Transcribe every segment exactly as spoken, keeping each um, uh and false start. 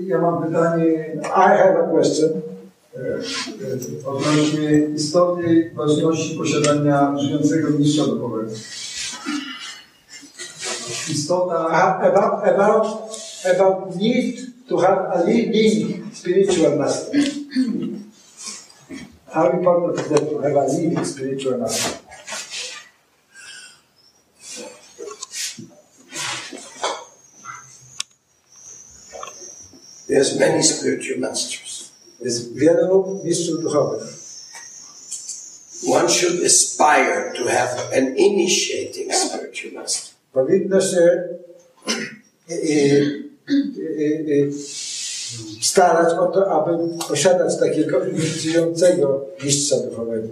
Ja mam pytanie. I have a question. Odnośnie istotnej ważności posiadania żyjącego mistrza duchowego. Istota... About, about, about need to have a living spiritual master. How important is that to have a living spiritual master? There's many spiritual masters. Jest wielu mistrzów duchowych. One should aspire to have an initiating spiritual master. Powinno się i, i, i, starać o to, aby posiadać takiego inicjującego mistrza duchowego.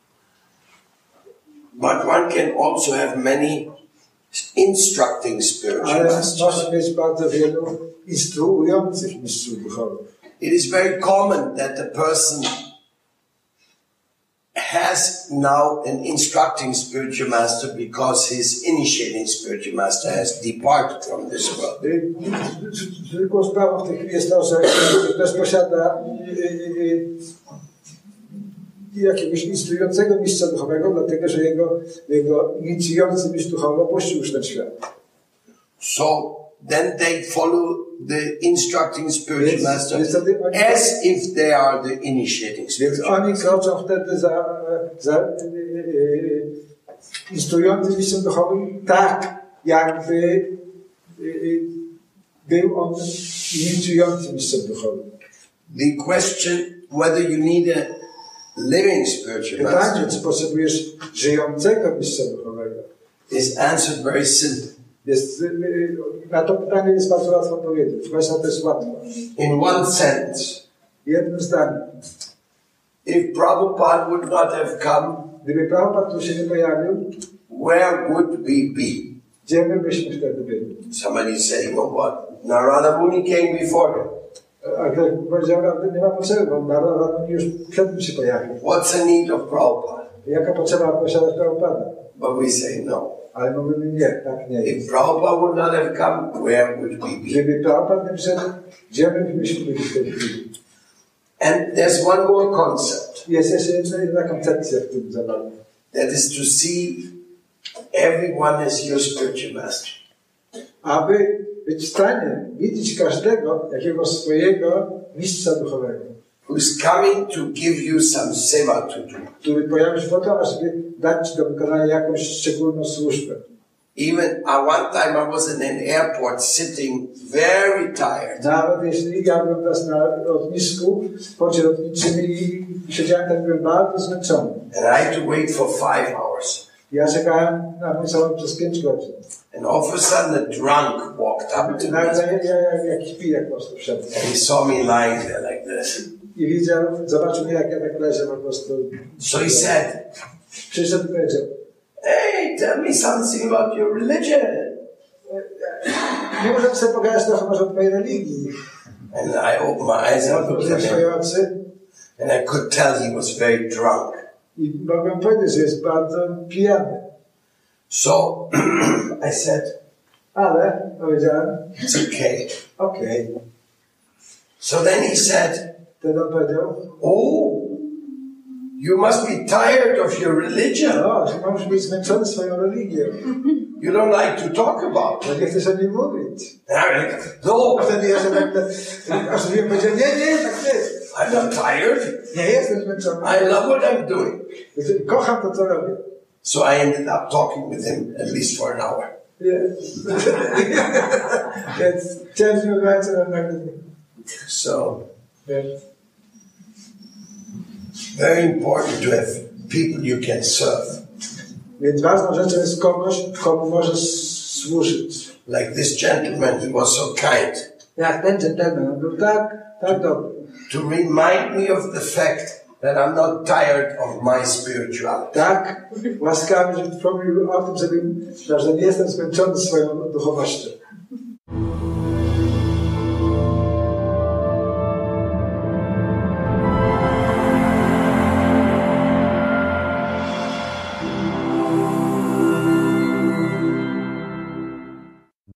But one can also have many instructing spiritual Ale masters. może mieć bardzo wielu instruujących mistrzów duchowych. It is very common that the person has now an instructing spiritual master because his initiating spiritual master has departed from this world. Zwykłą sprawą w tej chwili jest to, że ktoś posiada jakiegoś instruującego mistrza duchowego, dlatego że jego, jego inicjujący mistrz duchowy opuścił już ten świat. So then they follow the instructing spiritual Więc, master więc wtedy oni, as if they are the initiating więc spiritual oni master. kroczą wtedy za, za e, e, instruującym mistrzem duchowym, tak jakby e, był on inicjującym mistrzem duchowym. The question whether you need a living spiritual Pytanie, master czy potrzebujesz żyjącego mistrza duchowego, is answered very simple. jest, na to pytanie jest bardzo łatwo powiedzieć. Właśnie to jest łatwo. In one sentence, Jednym zdaniem. if Prabhupada would not have come, Gdyby Prabhupada tu się nie pojawił, where would we be? gdzie my byśmy wtedy byli? Somebody saying, oh what? Narada Muni came before him. A ktoś powiedział, że nie ma potrzeby, bo Narada już przed nim się pojawił. What's the need of Prabhupada? Jaka potrzeba posiadać Prabhupada? But we say no. Ale mówimy nie, tak nie jest. If Prabhupada would not have come, where would we be? Gdyby Prabhupada nie przyszedł, gdzie my byśmy byli w tej chwili? And there's one more concept. Jest jeszcze jedna, jedna koncepcja w tym zabawie. That is to see everyone as your spiritual master. Aby być w stanie widzieć każdego jakiegoś swojego mistrza duchowego, Who's coming to give you some seva to do. który pojawi się po to, ażeby dać ci do wykonania jakąś szczególną służbę. Even uh, one time I was in an airport sitting very tired. Nawet jeśli ja byłem teraz na lotnisku, w porcie lotniczym i siedziałem tam, byłem bardzo zmęczony. And I had to wait for five hours. Ja czekałem na mój salon przez pięć godzin. And all of a sudden a drunk walked up to me. Nagle ja, ja, jakiś pijak po prostu wszedł. And he saw me lying there like this. I widział, zobaczył mnie, jak ja tak leżę po prostu. So he said, Przyszedł i powiedział, hey, tell me something about your religion. nie możemy sobie pogadać trochę może o twojej religii. And I opened my eyes and looked Otworzyłem at swoje him. oczy And I could tell he was very drunk. i mogłem powiedzieć, że jest bardzo pijany. So I said, Ale powiedziałem, it's okay. okej. Okay. So then he said, Wtedy on powiedział, oh, you must be tired of your religion. no, że możesz być zmęczony swoją religią. You don't like to talk about No it. nie chcesz o nim mówić. And I'm like, no, A wtedy ja sobie tak, aż wiem, powiedział, nie, nie, tak nie jest. I'm not tired. Nie jestem zmęczony. I love what I'm doing. Kocham to, co robię. So I ended up talking with him at least for an hour. Więc chciałem z nim rozmawiać, ale nagle nie. So Więc very important to have people you can serve. Więc ważną rzeczą jest kogoś, komu możesz służyć. Like this gentleman, he was so kind Jak ten gentleman, on był tak, tak dobry. to remind me of the fact that I'm not tired of my spirituality. Tak łaskawy, że wspomniał o tym, żebym, że nie jestem zmęczony swoją duchowością.